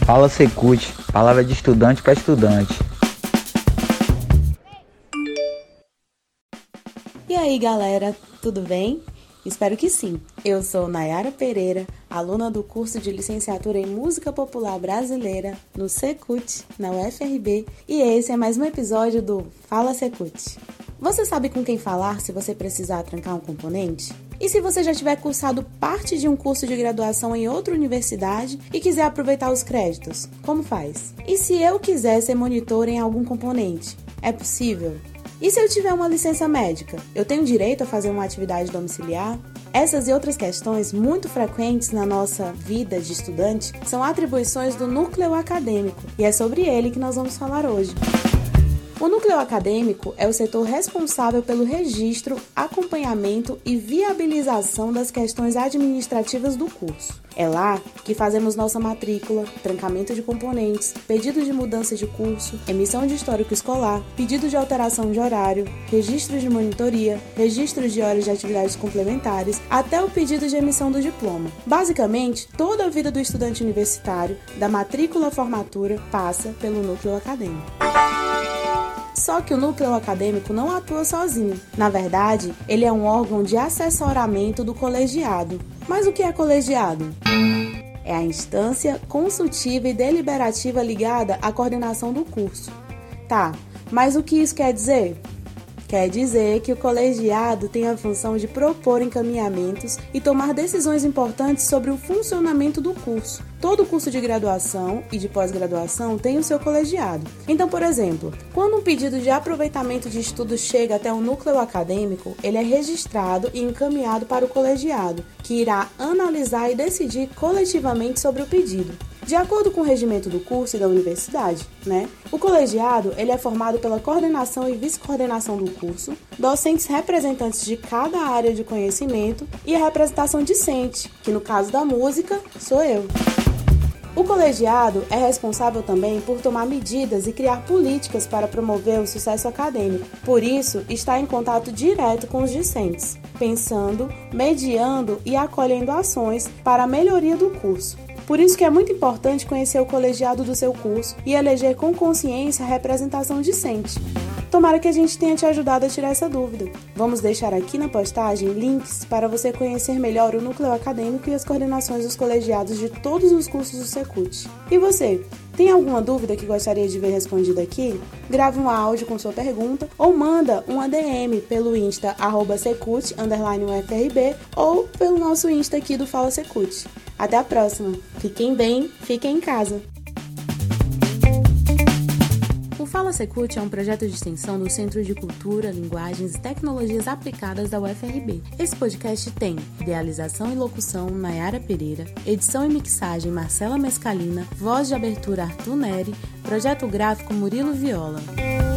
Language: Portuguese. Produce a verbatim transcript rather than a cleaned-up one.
Fala Secult, palavra de estudante para estudante. E aí galera, tudo bem? Espero que sim. Eu sou Nayara Pereira, aluna do curso de Licenciatura em Música Popular Brasileira no Secult, na U F R B, e esse é mais um episódio do Fala Secult. Você sabe com quem falar se você precisar trancar um componente? E se você já tiver cursado parte de um curso de graduação em outra universidade e quiser aproveitar os créditos, como faz? E se eu quiser ser monitor em algum componente, é possível? E se eu tiver uma licença médica, eu tenho direito a fazer uma atividade domiciliar? Essas e outras questões muito frequentes na nossa vida de estudante são atribuições do núcleo acadêmico, e é sobre ele que nós vamos falar hoje. O núcleo acadêmico é o setor responsável pelo registro, acompanhamento e viabilização das questões administrativas do curso. É lá que fazemos nossa matrícula, trancamento de componentes, pedido de mudança de curso, emissão de histórico escolar, pedido de alteração de horário, registro de monitoria, registro de horas de atividades complementares, até o pedido de emissão do diploma. Basicamente, toda a vida do estudante universitário, da matrícula à formatura, passa pelo núcleo acadêmico. Só que o núcleo acadêmico não atua sozinho. Na verdade, ele é um órgão de assessoramento do colegiado. Mas o que é colegiado? É a instância consultiva e deliberativa ligada à coordenação do curso. Tá, mas o que isso quer dizer? Quer dizer que o colegiado tem a função de propor encaminhamentos e tomar decisões importantes sobre o funcionamento do curso. Todo curso de graduação e de pós-graduação tem o seu colegiado. Então, por exemplo, quando um pedido de aproveitamento de estudos chega até o núcleo acadêmico, ele é registrado e encaminhado para o colegiado, que irá analisar e decidir coletivamente sobre o pedido, de acordo com o regimento do curso e da universidade, né? O colegiado ele é formado pela coordenação e vice-coordenação do curso, docentes representantes de cada área de conhecimento e a representação discente, que no caso da música, sou eu. O colegiado é responsável também por tomar medidas e criar políticas para promover o sucesso acadêmico. Por isso, está em contato direto com os discentes, pensando, mediando e acolhendo ações para a melhoria do curso. Por isso que é muito importante conhecer o colegiado do seu curso e eleger com consciência a representação discente. Tomara que a gente tenha te ajudado a tirar essa dúvida. Vamos deixar aqui na postagem links para você conhecer melhor o núcleo acadêmico e as coordenações dos colegiados de todos os cursos do Secult. E você, tem alguma dúvida que gostaria de ver respondida aqui? Grava um áudio com sua pergunta ou manda um A D M pelo Insta arroba secult underline U F R B ou pelo nosso Insta aqui do Fala Secult. Até a próxima. Fiquem bem, fiquem em casa. O Fala Secult é um projeto de extensão do Centro de Cultura, Linguagens e Tecnologias Aplicadas da U F R B. Esse podcast tem idealização e locução Nayara Pereira, edição e mixagem Marcela Mescalina, voz de abertura Arthur Neri, projeto gráfico Murilo Viola.